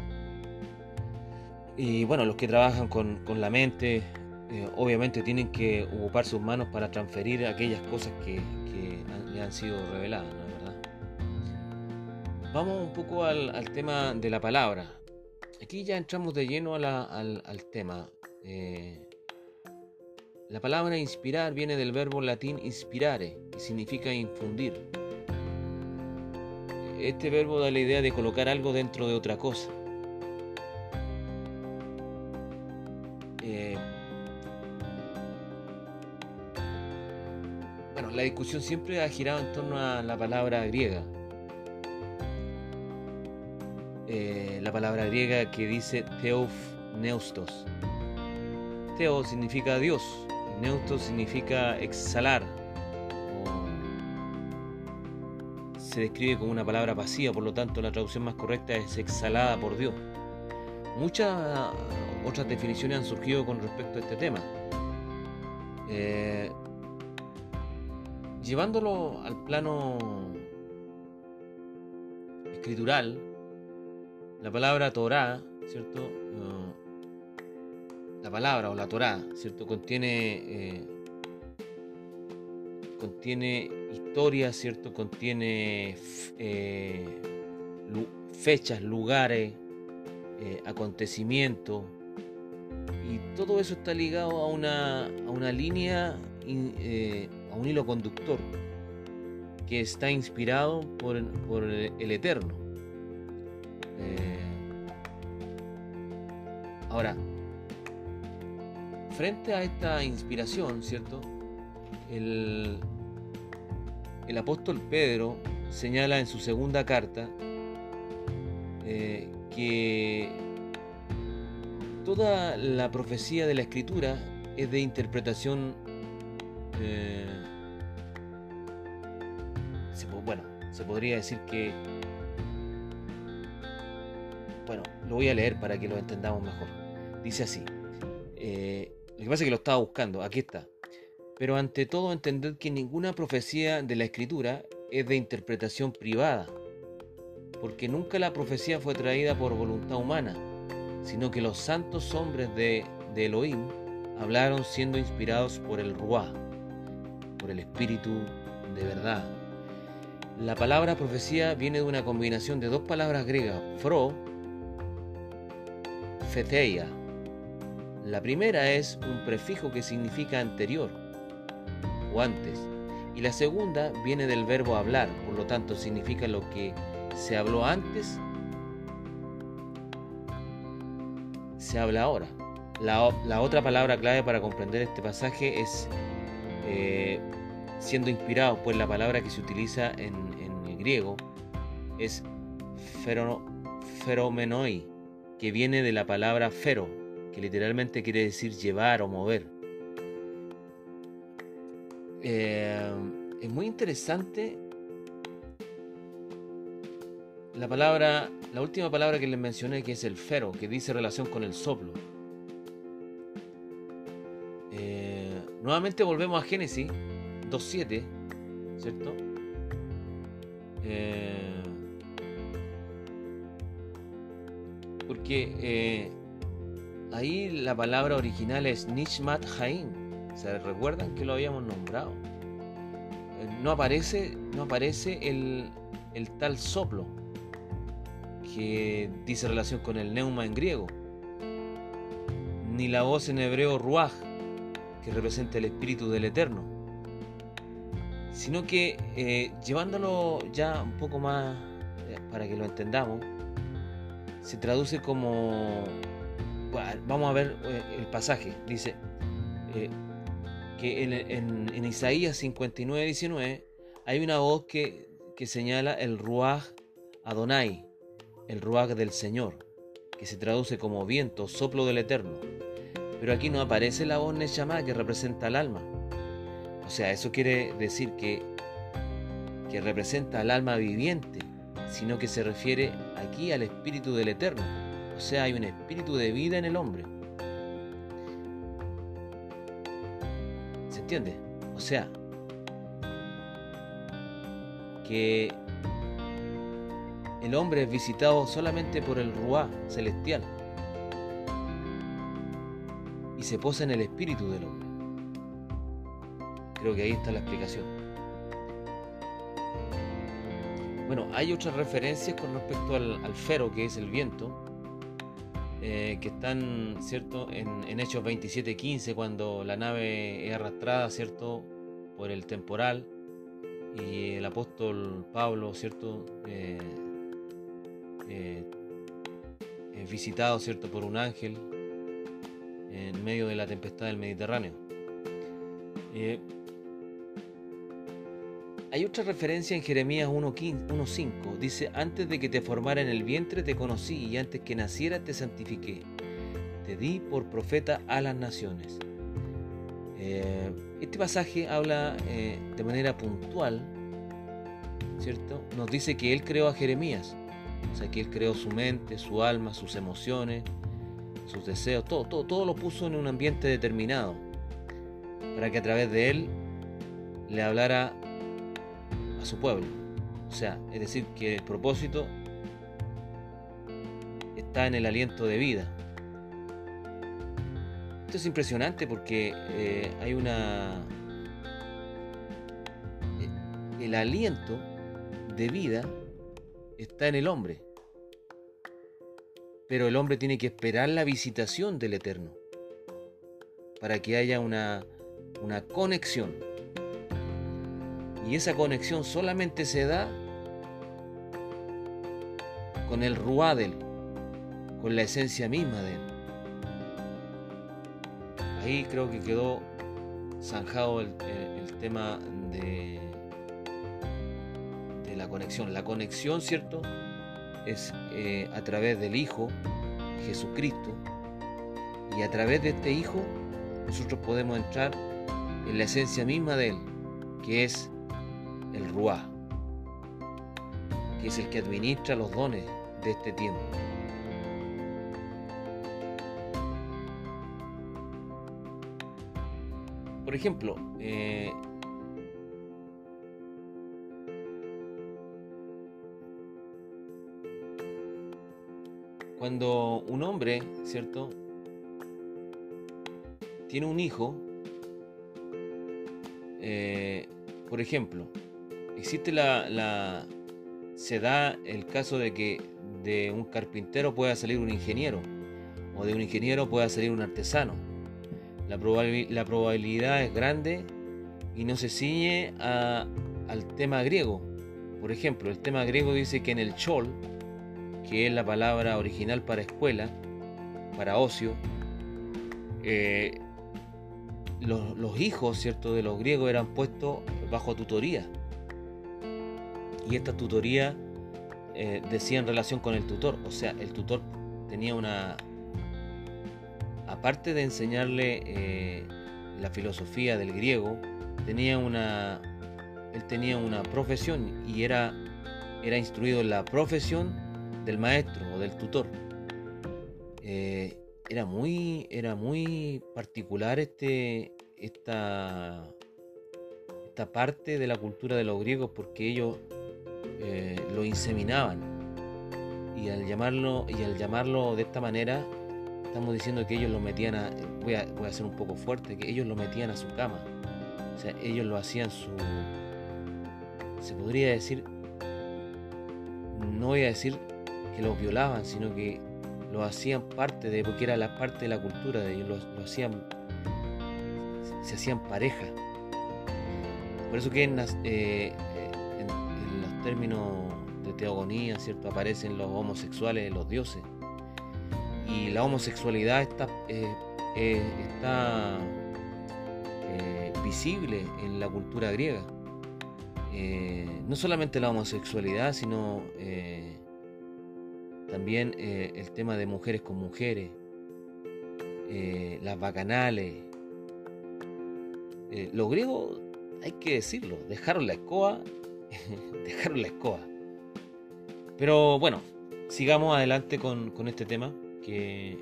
Y bueno, los que trabajan con la mente, obviamente tienen que ocupar sus manos para transferir aquellas cosas que le han sido reveladas, ¿no es verdad? Vamos un poco al tema de la palabra. Aquí ya entramos de lleno al tema. La palabra inspirar viene del verbo latín inspirare, que significa infundir. Este verbo da la idea de colocar algo dentro de otra cosa. Bueno, la discusión siempre ha girado en torno a la palabra griega. La palabra griega que dice Theos Neustos. Theo significa Dios, y Neustos significa exhalar. Se describe como una palabra pasiva, por lo tanto la traducción más correcta es exhalada por Dios. Muchas otras definiciones han surgido con respecto a este tema. Llevándolo al plano escritural, la palabra Torá, ¿cierto? La palabra o la Torá, ¿cierto?, contiene historias, ¿cierto?, contiene fechas, lugares, acontecimientos, y todo eso está ligado a una línea, a un hilo conductor que está inspirado por el Eterno. Ahora, frente a esta inspiración, ¿cierto?, el apóstol Pedro señala en su segunda carta que toda la profecía de la Escritura es de interpretación, se podría decir que, bueno, lo voy a leer para que lo entendamos mejor. Dice así, lo que pasa es que lo estaba buscando, aquí está. Pero ante todo entended que ninguna profecía de la Escritura es de interpretación privada, porque nunca la profecía fue traída por voluntad humana, sino que los santos hombres de Elohim hablaron siendo inspirados por el Ruá, por el Espíritu de verdad. La palabra profecía viene de una combinación de dos palabras griegas, phro, phetheia. La primera es un prefijo que significa anterior o antes, y la segunda viene del verbo hablar, por lo tanto significa lo que se habló antes, se habla ahora. La otra palabra clave para comprender este pasaje es siendo inspirado, pues la palabra que se utiliza en el griego es pheromenoi, que viene de la palabra phero, que literalmente quiere decir llevar o mover. Es muy interesante la última palabra que les mencioné, que es el phero, que dice relación con el soplo. Nuevamente volvemos a Génesis 2:7, ¿cierto? porque ahí la palabra original es Nishmat Haim. ¿Se recuerdan que lo habíamos nombrado? No aparece el tal soplo que dice relación con el neuma en griego, ni la voz en hebreo ruaj, que representa el espíritu del Eterno, sino que llevándolo ya un poco más para que lo entendamos, se traduce como, bueno, vamos a ver el pasaje, dice que en Isaías 59:19 hay una voz que señala el ruaj Adonai, el ruaj del Señor, que se traduce como viento, soplo del Eterno. Pero aquí no aparece la voz Neshama, que representa al alma. O sea, eso quiere decir que representa al alma viviente, sino que se refiere aquí al espíritu del Eterno. O sea, hay un espíritu de vida en el hombre. ¿Se entiende? O sea, que el hombre es visitado solamente por el Ruá celestial y se posa en el espíritu del hombre. Creo que ahí está la explicación. Bueno, hay otras referencias con respecto al fero, que es el viento, que están, ¿cierto?, en Hechos 27:15, cuando la nave es arrastrada, ¿cierto?, por el temporal, y el apóstol Pablo, ¿cierto?, es visitado, ¿cierto?, por un ángel en medio de la tempestad del Mediterráneo. Hay otra referencia en Jeremías 1:5. Dice: antes de que te formara en el vientre te conocí, y antes que naciera te santifiqué. Te di por profeta a las naciones. Este pasaje habla de manera puntual, ¿cierto? Nos dice que él creó a Jeremías. O sea, que él creó su mente, su alma, sus emociones, sus deseos, todo lo puso en un ambiente determinado, para que a través de él le hablara a su pueblo. O sea, es decir, que el propósito está en el aliento de vida. Esto es impresionante porque hay el aliento de vida está en el hombre, pero el hombre tiene que esperar la visitación del Eterno para que haya una conexión. Y esa conexión solamente se da con el Ruá de él, con la esencia misma de él. Ahí creo que quedó zanjado el tema de la conexión. La conexión, ¿cierto?, es a través del Hijo, Jesucristo, y a través de este Hijo nosotros podemos entrar en la esencia misma de él, que es el Ruá, que es el que administra los dones de este tiempo. Por ejemplo, cuando un hombre, ¿cierto?, tiene un hijo, por ejemplo, existe se da el caso de que de un carpintero pueda salir un ingeniero, o de un ingeniero pueda salir un artesano. La probabilidad es grande y no se ciñe al tema griego. Por ejemplo, el tema griego dice que en el chol, que es la palabra original para escuela, para ocio, los hijos, ¿cierto?, de los griegos eran puestos bajo tutoría, y esta tutoría decía en relación con el tutor. O sea, el tutor tenía aparte de enseñarle la filosofía del griego, él tenía una profesión, y era instruido en la profesión del maestro o del tutor. Era muy particular esta parte de la cultura de los griegos, porque ellos lo inseminaban, al llamarlo de esta manera, estamos diciendo que ellos lo metían voy a ser un poco fuerte, que ellos lo metían a su cama. O sea, ellos lo hacían se podría decir, no voy a decir que los violaban, sino que lo hacían porque era la parte de la cultura de ellos, lo hacían, se hacían pareja. Por eso que en los términos de teogonía, ¿cierto?, aparecen los homosexuales, los dioses. Y la homosexualidad está visible en la cultura griega. No solamente la homosexualidad, sino también el tema de mujeres con mujeres, las bacanales. Los griegos, hay que decirlo, dejaron la escoba. Pero bueno, sigamos adelante con este tema que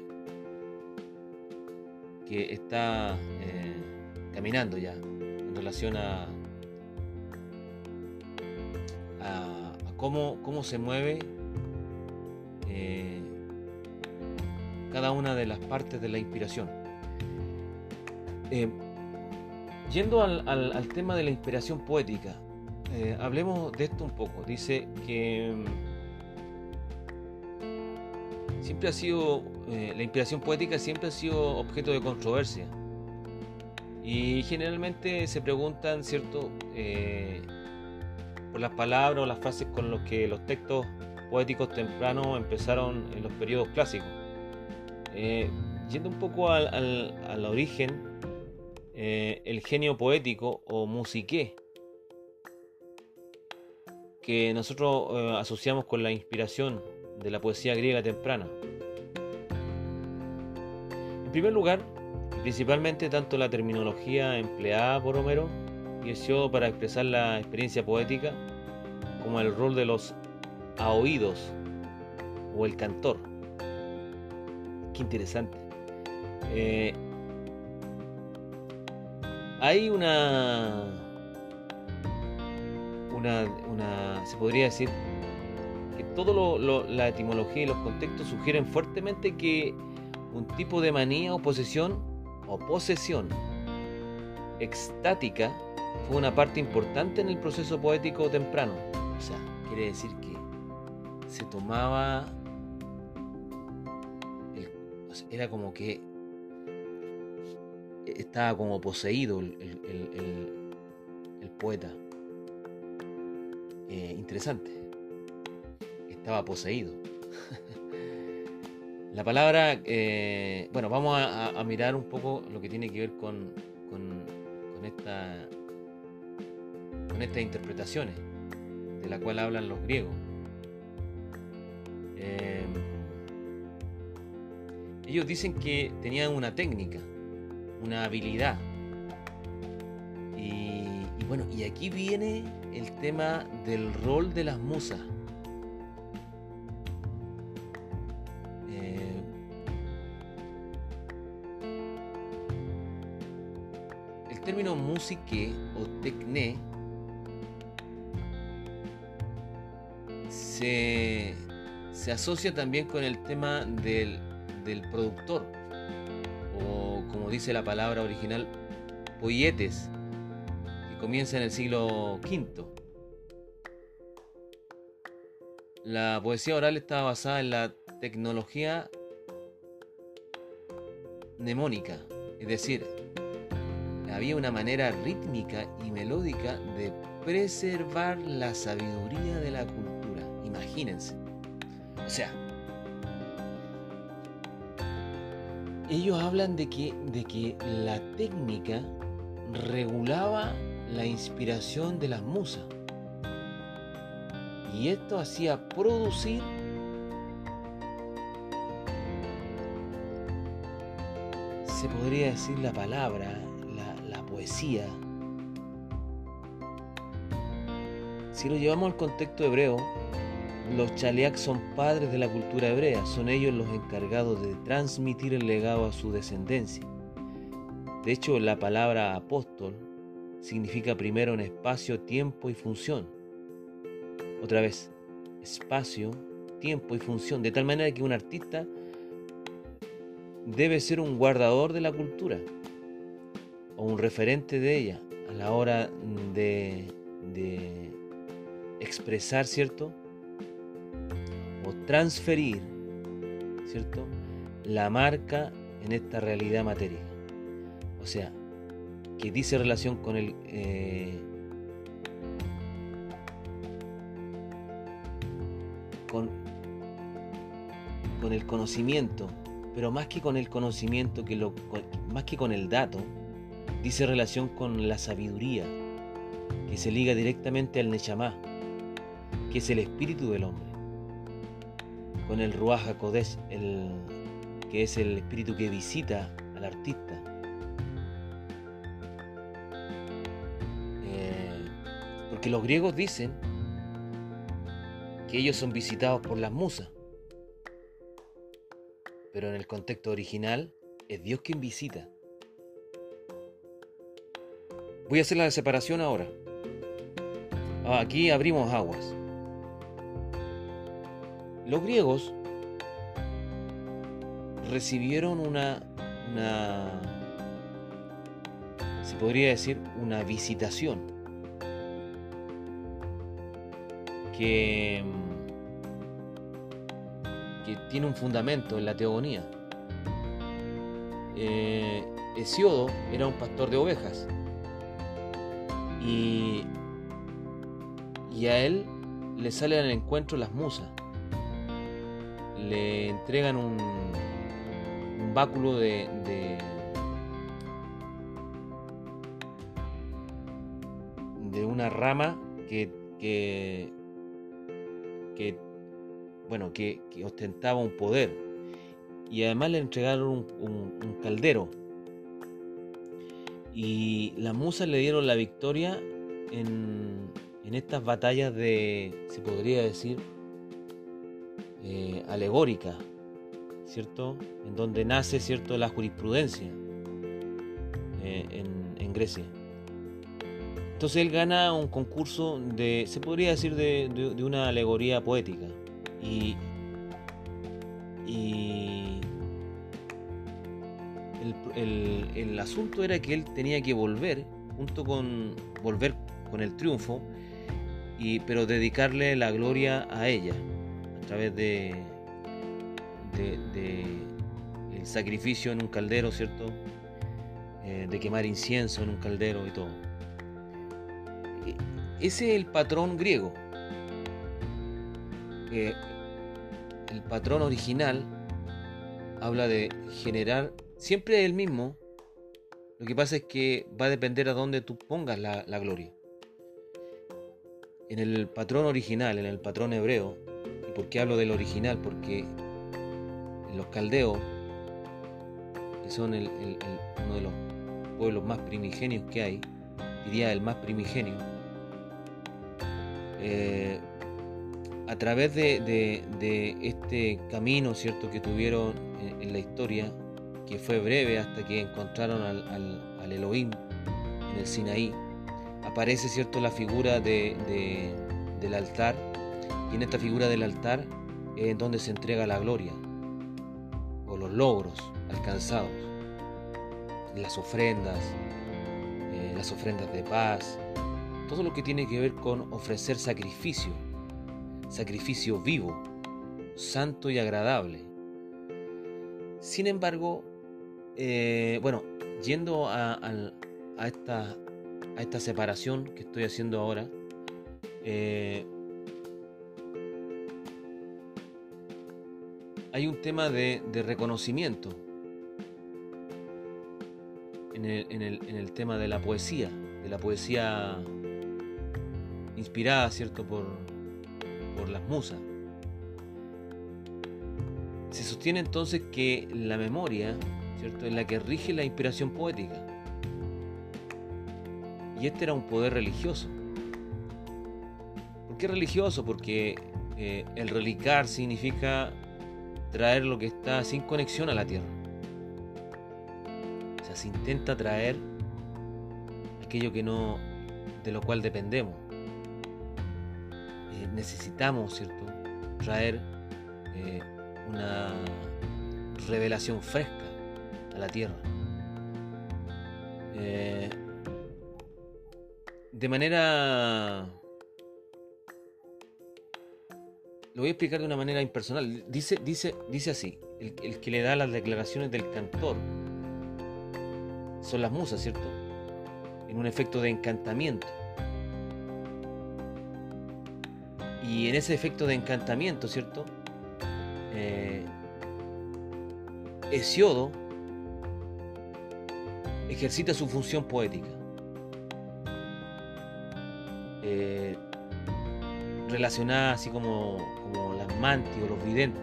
está caminando ya en relación a cómo se mueve cada una de las partes de la inspiración. Yendo al tema de la inspiración poética, hablemos de esto un poco. Dice que siempre ha sido, la inspiración poética siempre ha sido objeto de controversia. Y generalmente se preguntan, ¿cierto?, por las palabras o las frases con las que los textos poéticos tempranos empezaron en los periodos clásicos. Yendo un poco al origen, el genio poético o musiqué, que nosotros asociamos con la inspiración de la poesía griega temprana. En primer lugar, principalmente tanto la terminología empleada por Homero y Hesíodo para expresar la experiencia poética, como el rol de los aoídos o el cantor. Qué interesante. Hay se podría decir que la etimología y los contextos sugieren fuertemente que un tipo de manía o posesión extática fue una parte importante en el proceso poético temprano. O sea, quiere decir que se tomaba era como que estaba como poseído el poeta. Interesante. Estaba poseído. La palabra, bueno, vamos a mirar un poco lo que tiene que ver con estas interpretaciones de la cual hablan los griegos. Ellos dicen que tenían una técnica, una habilidad. Y bueno, y aquí viene el tema del rol de las musas. El término musique o tecné se asocia también con el tema del productor, o como dice la palabra original, poietes, que comienza en el siglo V. La poesía oral estaba basada en la tecnología mnemónica, es decir, había una manera rítmica y melódica de preservar la sabiduría de la cultura. Imagínense. O sea, ellos hablan de que la técnica regulaba la inspiración de las musas. Y esto hacía producir se podría decir la palabra, la poesía. Si lo llevamos al contexto hebreo, los chaliak son padres de la cultura hebrea, son ellos los encargados de transmitir el legado a su descendencia. De hecho, la palabra apóstol significa primero en espacio, tiempo y función. Otra vez, espacio, tiempo y función, de tal manera que un artista debe ser un guardador de la cultura o un referente de ella a la hora de expresar, ¿cierto? O transferir, ¿cierto?, la marca en esta realidad material. O sea, que dice relación con con el conocimiento, pero más que con el conocimiento, más que con el dato, dice relación con la sabiduría, que se liga directamente al Neshama, que es el espíritu del hombre, con el Ruach HaKodesh, que es el espíritu que visita al artista. Porque los griegos dicen que ellos son visitados por las musas, pero en el contexto original es Dios quien visita. Voy a hacer la separación ahora. Aquí abrimos aguas. Los griegos recibieron se podría decir, una visitación que tiene un fundamento en la teogonía. Hesiodo era un pastor de ovejas y a él le salen al encuentro las musas, le entregan un báculo de una rama que ostentaba un poder, y además le entregaron un caldero, y las musas le dieron la victoria en estas batallas se podría decir, alegóricas, ¿cierto?, en donde nace, ¿cierto?, la jurisprudencia en Grecia. Entonces él gana un concurso se podría decir, de una alegoría poética. Y el asunto era que él tenía que volver con el triunfo, pero dedicarle la gloria a ella a través de el sacrificio en un caldero, ¿cierto?, de quemar incienso en un caldero y todo. Ese es el patrón griego. El patrón original habla de generar, siempre el mismo. Lo que pasa es que va a depender a dónde tú pongas la gloria. En el patrón original, en el patrón hebreo. ¿Y por qué hablo del original? Porque en los caldeos, que son uno de los pueblos más primigenios que hay, diría el más primigenio, a través de este camino, ¿cierto?, que tuvieron en la historia, que fue breve hasta que encontraron al Elohim en el Sinaí, aparece, ¿cierto?, la figura del altar, y en esta figura del altar es donde se entrega la gloria o los logros alcanzados, las ofrendas de paz, todo lo que tiene que ver con ofrecer sacrificio vivo, santo y agradable. Sin embargo, yendo a esta separación que estoy haciendo ahora, hay un tema de reconocimiento en el tema de la poesía inspirada, ¿cierto?, por las musas. Se sostiene entonces que la memoria, ¿cierto?, es la que rige la inspiración poética. Y este era un poder religioso. ¿Por qué religioso? Porque el relicar significa traer lo que está sin conexión a la tierra. O sea, se intenta traer aquello de lo cual dependemos. Necesitamos, ¿cierto?, traer eh, una revelación fresca a la tierra. De manera... Lo voy a explicar de una manera impersonal. Dice así, el que le da las declaraciones del cantor son las musas, ¿cierto? En un efecto de encantamiento. Y en ese efecto de encantamiento, ¿cierto? Hesiodo ejercita su función poética, relacionada así como las mantis o los videntes.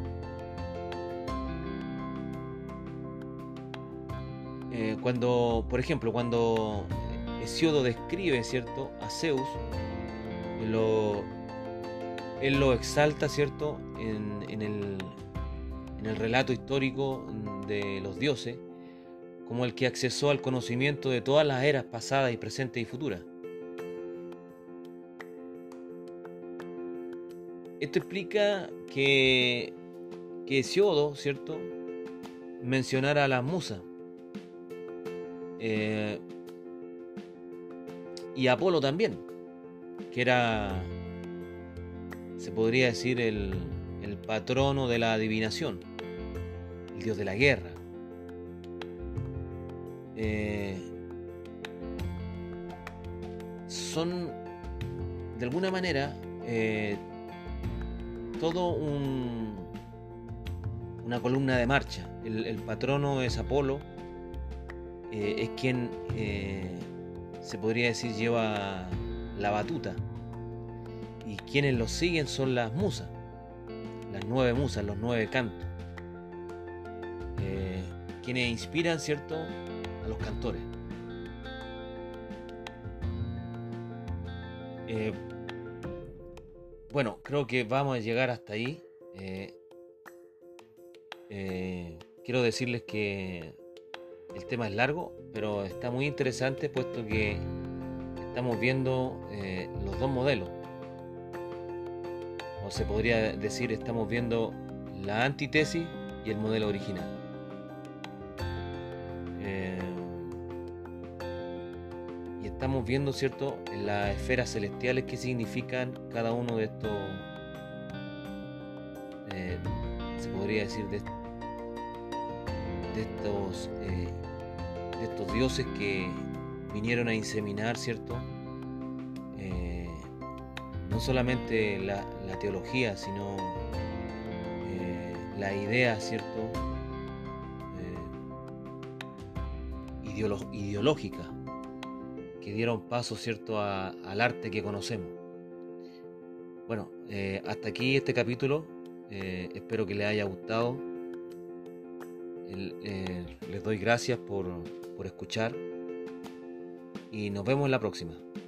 Por ejemplo, cuando Hesiodo describe, ¿cierto?, a Zeus, él lo exalta, ¿cierto?, en el relato histórico de los dioses, como el que accesó al conocimiento de todas las eras pasadas y presentes y futuras. Esto explica que Hesiodo, ¿cierto?, mencionara a las musas, y Apolo también, que era, se podría decir, el patrono de la adivinación, el dios de la guerra. Son, de alguna manera, todo una columna de marcha. El patrono es Apolo, es quien, se podría decir, lleva la batuta, y quienes lo siguen son las musas, las 9 musas, los 9 cantos, quienes inspiran, ¿cierto?, a los cantores. Bueno, creo que vamos a llegar hasta ahí. Quiero decirles que el tema es largo, pero está muy interesante, puesto que estamos viendo los dos modelos. O se podría decir, estamos viendo la antítesis y el modelo original. Y estamos viendo, ¿cierto?, en las esferas celestiales qué significan cada uno de estos, se podría decir, de estos dioses que vinieron a inseminar, ¿cierto?, no solamente la teología, sino la idea, ¿cierto?, ideológica, que dieron paso, ¿cierto?, al arte que conocemos. Bueno, hasta aquí este capítulo. Espero que les haya gustado. Les doy gracias por escuchar, y nos vemos en la próxima.